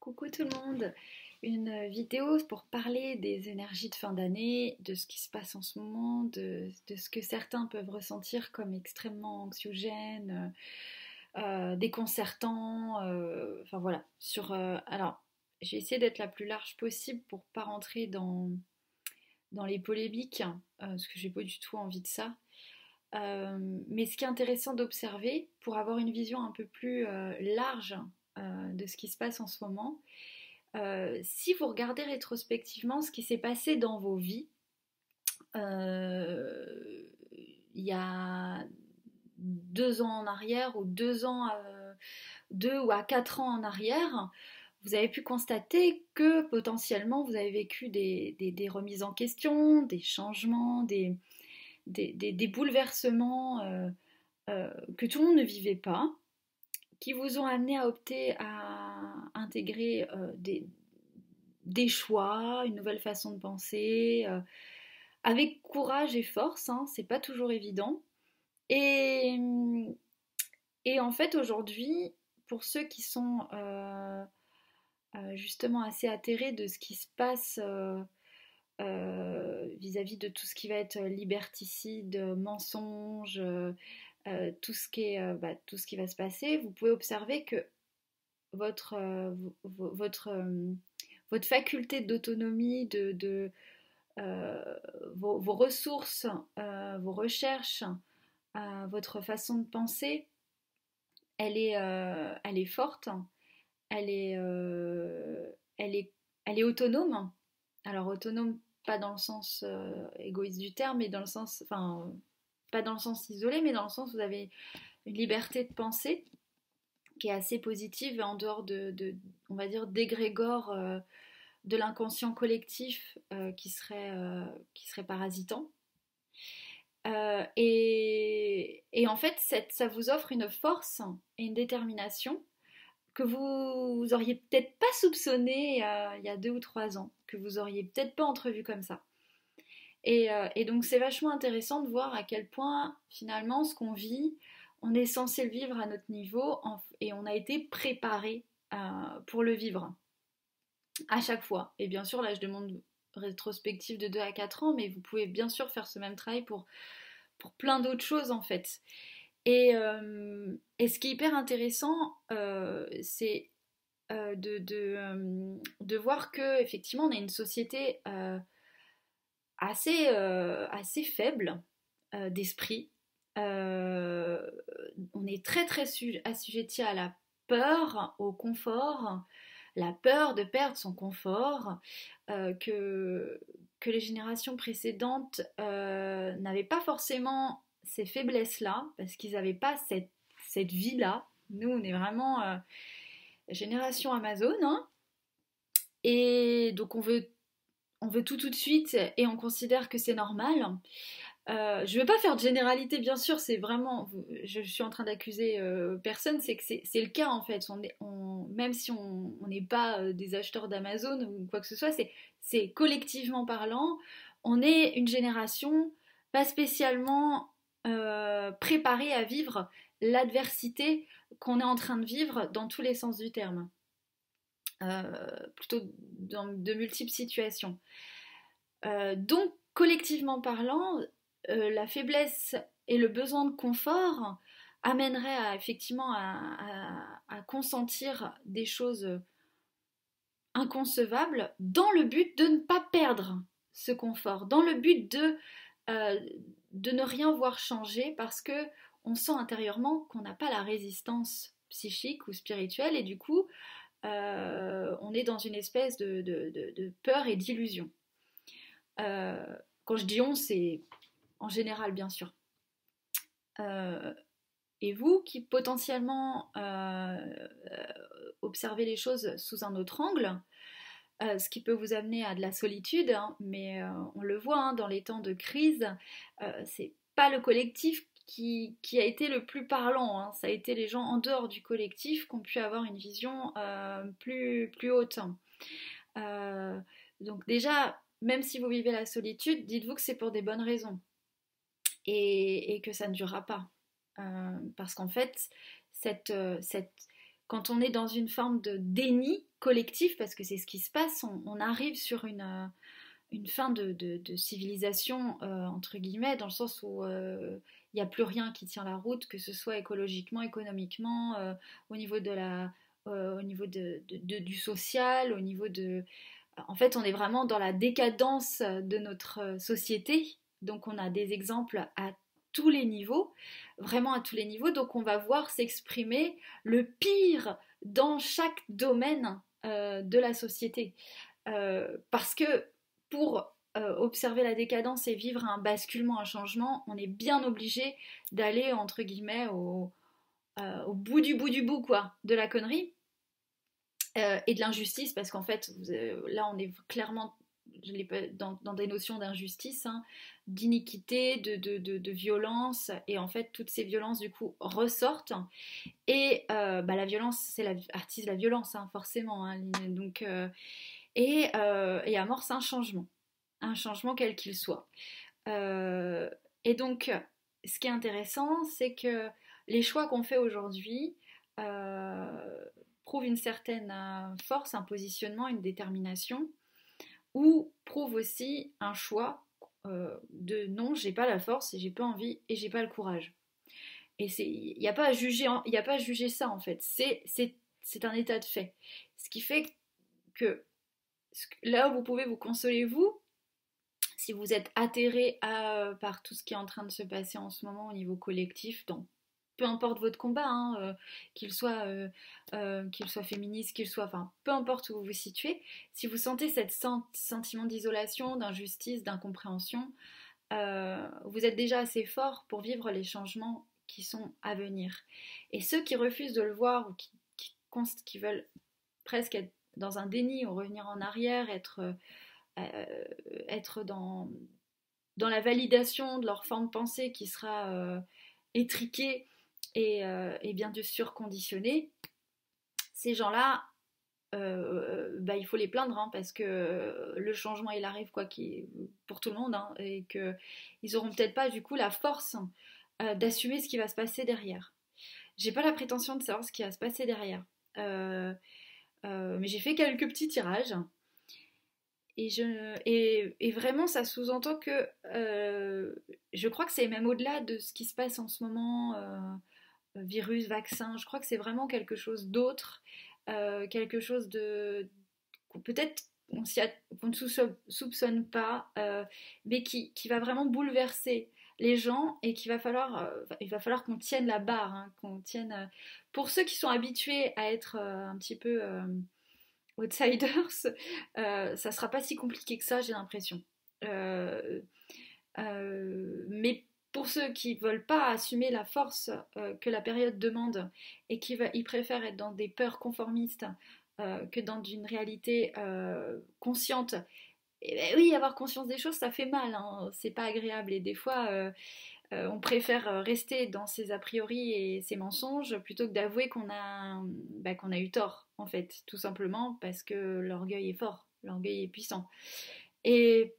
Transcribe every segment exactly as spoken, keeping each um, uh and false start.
Coucou tout le monde, une vidéo pour parler des énergies de fin d'année, de ce qui se passe en ce moment, de, de ce que certains peuvent ressentir comme extrêmement anxiogène, euh, déconcertant, euh, enfin voilà. Sur, euh, alors, j'ai essayé d'être la plus large possible pour pas rentrer dans, dans les polémiques, euh, parce que j'ai pas du tout envie de ça. Euh, mais ce qui est intéressant d'observer, pour avoir une vision un peu plus euh, large euh, de ce qui se passe en ce moment, euh, si vous regardez rétrospectivement ce qui s'est passé dans vos vies, euh, il y a deux ans en arrière ou deux ans, euh, deux ou à quatre ans en arrière, vous avez pu constater que potentiellement vous avez vécu des, des, des remises en question, des changements, des, des, des, des bouleversements euh, euh, que tout le monde ne vivait pas, qui vous ont amené à opter à intégrer euh, des, des choix, une nouvelle façon de penser, euh, avec courage et force, hein, c'est pas toujours évident. Et, et en fait, aujourd'hui, pour ceux qui sont euh, euh, justement assez atterrés de ce qui se passe euh, euh, vis-à-vis de tout ce qui va être liberticide, mensonge, euh, euh, tout ce qui est, euh, bah, tout ce qui va se passer, vous pouvez observer que votre, euh, votre, euh, votre faculté d'autonomie, de, de euh, vos, vos, ressources, euh, vos recherches, euh, votre façon de penser, elle est, euh, elle est forte, elle est, euh, elle est, elle est autonome. Alors autonome, pas dans le sens euh, égoïste du terme, mais dans le sens, enfin, pas dans le sens isolé, mais dans le sens où vous avez une liberté de penser qui est assez positive en dehors de, de on va dire, d'égrégore euh, de l'inconscient collectif euh, qui, serait, euh, qui serait parasitant. Euh, et, et, en fait, cette, ça vous offre une force et une détermination que vous auriez peut-être pas soupçonné euh, il y a deux ou trois ans, que vous auriez peut-être pas entrevu comme ça. Et, euh, et donc c'est vachement intéressant de voir à quel point finalement ce qu'on vit, on est censé le vivre à notre niveau en, et on a été préparé euh, pour le vivre à chaque fois. Et bien sûr là je demande rétrospective de deux à quatre ans, mais vous pouvez bien sûr faire ce même travail pour, pour plein d'autres choses en fait. Et, euh, et ce qui est hyper intéressant, euh, c'est euh, de, de, euh, de voir que effectivement on a une société euh, assez, euh, assez faible euh, d'esprit. Euh, on est très très assujetti à la peur, au confort, la peur de perdre son confort, euh, que, que les générations précédentes euh, n'avaient pas forcément ces faiblesses-là, parce qu'ils n'avaient pas cette, cette vie-là. Nous, on est vraiment euh, génération Amazon, hein, et donc on veut, on veut tout tout de suite, et on considère que c'est normal. Euh, je ne veux pas faire de généralité, bien sûr, c'est vraiment, je suis en train d'accuser euh, personne, c'est que c'est, c'est le cas en fait. On est, on, même si on n'est pas euh, des acheteurs d'Amazon ou quoi que ce soit, c'est, c'est collectivement parlant, on est une génération pas spécialement euh, préparée à vivre l'adversité qu'on est en train de vivre dans tous les sens du terme, euh, plutôt dans de multiples situations. Euh, donc, collectivement parlant, euh, la faiblesse et le besoin de confort amèneraient à, effectivement à, à, à consentir des choses inconcevables dans le but de ne pas perdre ce confort, dans le but de, euh, de ne rien voir changer parce que on sent intérieurement qu'on n'a pas la résistance psychique ou spirituelle et du coup euh, on est dans une espèce de, de, de, de peur et d'illusion. Euh, quand je dis on, c'est en général, bien sûr. Euh, et vous qui potentiellement euh, observez les choses sous un autre angle, euh, ce qui peut vous amener à de la solitude, hein, mais euh, on le voit hein, dans les temps de crise, euh, c'est pas le collectif qui, qui a été le plus parlant, hein, ça a été les gens en dehors du collectif qui ont pu avoir une vision euh, plus, plus haute. Euh, donc déjà, même si vous vivez la solitude, dites-vous que c'est pour des bonnes raisons et, et que ça ne durera pas. Euh, parce qu'en fait, cette, cette quand on est dans une forme de déni collectif, parce que c'est ce qui se passe, on, on arrive sur une, euh, une fin de, de, de civilisation, euh, entre guillemets, dans le sens où il euh, n'y a plus rien qui tient la route, que ce soit écologiquement, économiquement, euh, au niveau de la... euh, au niveau de, de, de, du social, au niveau de... En fait, on est vraiment dans la décadence de notre société, donc on a des exemples à tous les niveaux, vraiment à tous les niveaux, donc on va voir s'exprimer le pire dans chaque domaine euh, de la société. Euh, parce que pour euh, observer la décadence et vivre un basculement, un changement, on est bien obligé d'aller, entre guillemets, au, euh, au bout du bout du bout, quoi, de la connerie. Euh, et de l'injustice, parce qu'en fait, vous, euh, là, on est clairement dans, dans des notions d'injustice, hein, d'iniquité, de, de, de, de violence, et en fait, toutes ces violences, du coup, ressortent. Et euh, bah, la violence, c'est la, artise la violence, hein, forcément. Hein, donc, euh, et, euh, et amorce un changement, un changement quel qu'il soit. Euh, et donc, ce qui est intéressant, c'est que les choix qu'on fait aujourd'hui, euh, prouve une certaine force, un positionnement, une détermination, ou prouve aussi un choix euh, de non, j'ai pas la force, et j'ai pas envie et j'ai pas le courage. Et il n'y a pas à juger, il y a pas à juger ça en fait. C'est c'est c'est un état de fait. Ce qui fait que là où vous pouvez vous consoler vous, si vous êtes atterré à, par tout ce qui est en train de se passer en ce moment au niveau collectif, dans peu importe votre combat, hein, euh, qu'il soit, euh, euh, qu'il soit féministe, qu'il soit, enfin, peu importe où vous vous situez, si vous sentez ce sentiment d'isolation, d'injustice, d'incompréhension, euh, vous êtes déjà assez fort pour vivre les changements qui sont à venir. Et ceux qui refusent de le voir ou qui, qui, qui veulent presque être dans un déni ou revenir en arrière, être, euh, être dans, dans la validation de leur forme de pensée qui sera euh, étriquée, et, euh, et bien sûr conditionnés, ces gens-là, euh, bah, il faut les plaindre hein, parce que le changement il arrive quoi, qui, pour tout le monde hein, et qu'ils n'auront peut-être pas du coup la force euh, d'assumer ce qui va se passer derrière. J'ai pas la prétention de savoir ce qui va se passer derrière, euh, euh, mais j'ai fait quelques petits tirages. Et, je, et, et vraiment, ça sous-entend que euh, je crois que c'est même au-delà de ce qui se passe en ce moment, euh, virus, vaccin, je crois que c'est vraiment quelque chose d'autre, euh, quelque chose de peut-être qu'on ne soupçonne pas, euh, mais qui, qui va vraiment bouleverser les gens et qu'il va falloir, euh, il va falloir qu'on tienne la barre, hein, qu'on tienne. Euh, pour ceux qui sont habitués à être euh, un petit peu euh, outsiders, euh, ça sera pas si compliqué que ça, j'ai l'impression. Euh, euh, mais pour ceux qui ne veulent pas assumer la force euh, que la période demande et qui va, ils préfèrent être dans des peurs conformistes euh, que dans une réalité euh, consciente, et ben oui, avoir conscience des choses, ça fait mal, hein, c'est pas agréable. Et des fois, euh, euh, on préfère rester dans ses a priori et ses mensonges plutôt que d'avouer qu'on a, bah, qu'on a eu tort, en fait, tout simplement parce que l'orgueil est fort, l'orgueil est puissant. Et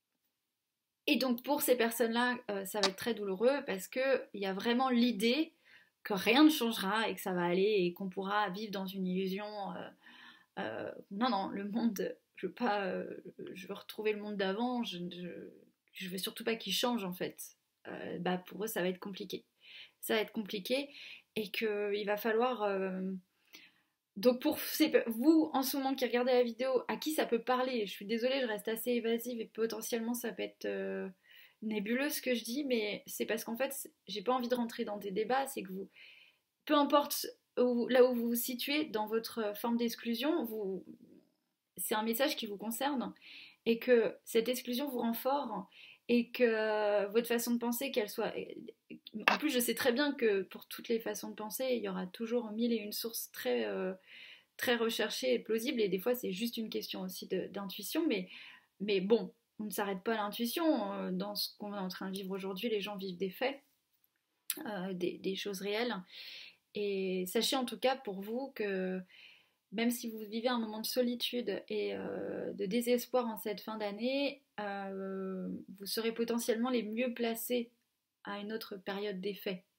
Et donc pour ces personnes-là, euh, ça va être très douloureux parce qu'il y a vraiment l'idée que rien ne changera et que ça va aller et qu'on pourra vivre dans une illusion. Euh, euh, non, non, le monde, je veux pas, euh, je veux retrouver le monde d'avant. Je, je, je veux surtout pas qu'il change en fait. Euh, bah pour eux, ça va être compliqué. Ça va être compliqué et qu'il va falloir. Euh, donc pour vous, en ce moment qui regardez la vidéo, à qui ça peut parler? Je suis désolée, je reste assez évasive et potentiellement ça peut être euh, nébuleux ce que je dis, mais c'est parce qu'en fait, j'ai pas envie de rentrer dans des débats, c'est que vous, peu importe où, là où vous vous situez dans votre forme d'exclusion, vous, c'est un message qui vous concerne et que cette exclusion vous rend fort et que votre façon de penser, qu'elle soit... En plus, je sais très bien que pour toutes les façons de penser, il y aura toujours mille et une sources très, euh, très recherchées et plausibles, et des fois, c'est juste une question aussi de, d'intuition, mais, mais bon, on ne s'arrête pas à l'intuition. Dans ce qu'on est en train de vivre aujourd'hui, les gens vivent des faits, euh, des, des choses réelles, et sachez en tout cas pour vous que même si vous vivez un moment de solitude et euh, de désespoir en cette fin d'année, euh, vous serez potentiellement les mieux placés à une autre période des faits.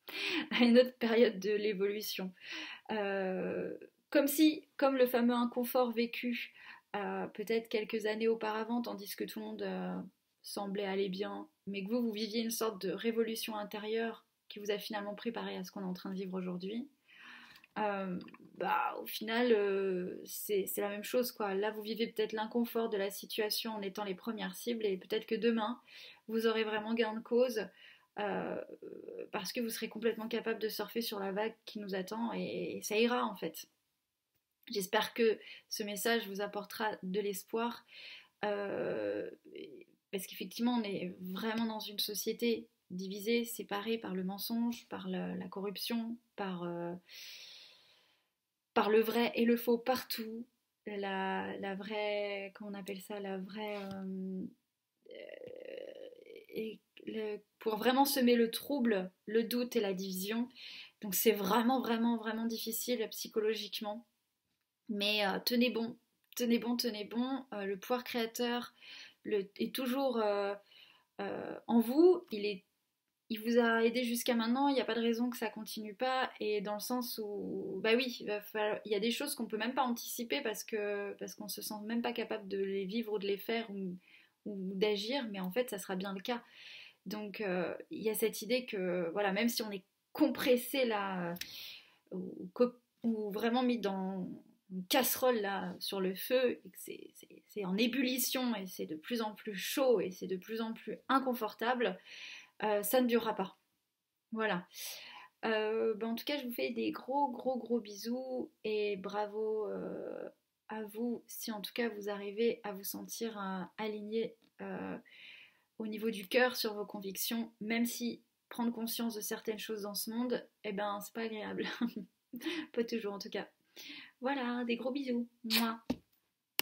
à une autre période de l'évolution. Euh, comme si, comme le fameux inconfort vécu euh, peut-être quelques années auparavant, tandis que tout le monde euh, semblait aller bien, mais que vous, vous viviez une sorte de révolution intérieure qui vous a finalement préparé à ce qu'on est en train de vivre aujourd'hui. Euh, bah, au final, euh, c'est c'est la même chose, quoi. Là, vous vivez peut-être l'inconfort de la situation en étant les premières cibles, et peut-être que demain, vous aurez vraiment gain de cause euh, parce que vous serez complètement capable de surfer sur la vague qui nous attend, et, et ça ira en fait. J'espère que ce message vous apportera de l'espoir, euh, parce qu'effectivement, on est vraiment dans une société divisée, séparée par le mensonge, par la, la corruption, par, euh, par le vrai et le faux partout. La, la vraie, comment on appelle ça, la vraie... euh, et le- pour vraiment semer le trouble, le doute et la division. Donc c'est vraiment, vraiment, vraiment difficile psychologiquement. Mais euh, tenez bon, tenez bon, tenez bon. Euh, le pouvoir créateur le, est toujours euh, euh, en vous. Il, est, il vous a aidé jusqu'à maintenant. Il n'y a pas de raison que ça continue pas. Et dans le sens où, bah oui, il, va falloir, il y a des choses qu'on peut même pas anticiper parce que parce qu'on se sent même pas capable de les vivre ou de les faire ou, ou d'agir. Mais en fait, ça sera bien le cas. Donc euh, il y a cette idée que voilà, même si on est compressé là, euh, ou, ou vraiment mis dans une casserole là sur le feu, et que c'est, c'est, c'est en ébullition et c'est de plus en plus chaud et c'est de plus en plus inconfortable, euh, ça ne durera pas. Voilà. Euh, ben, en tout cas, je vous fais des gros gros gros bisous et bravo euh, à vous si en tout cas vous arrivez à vous sentir euh, aligné euh, au niveau du cœur sur vos convictions, même si prendre conscience de certaines choses dans ce monde, eh ben c'est pas agréable. Pas toujours en tout cas. Voilà, des gros bisous. Mouah.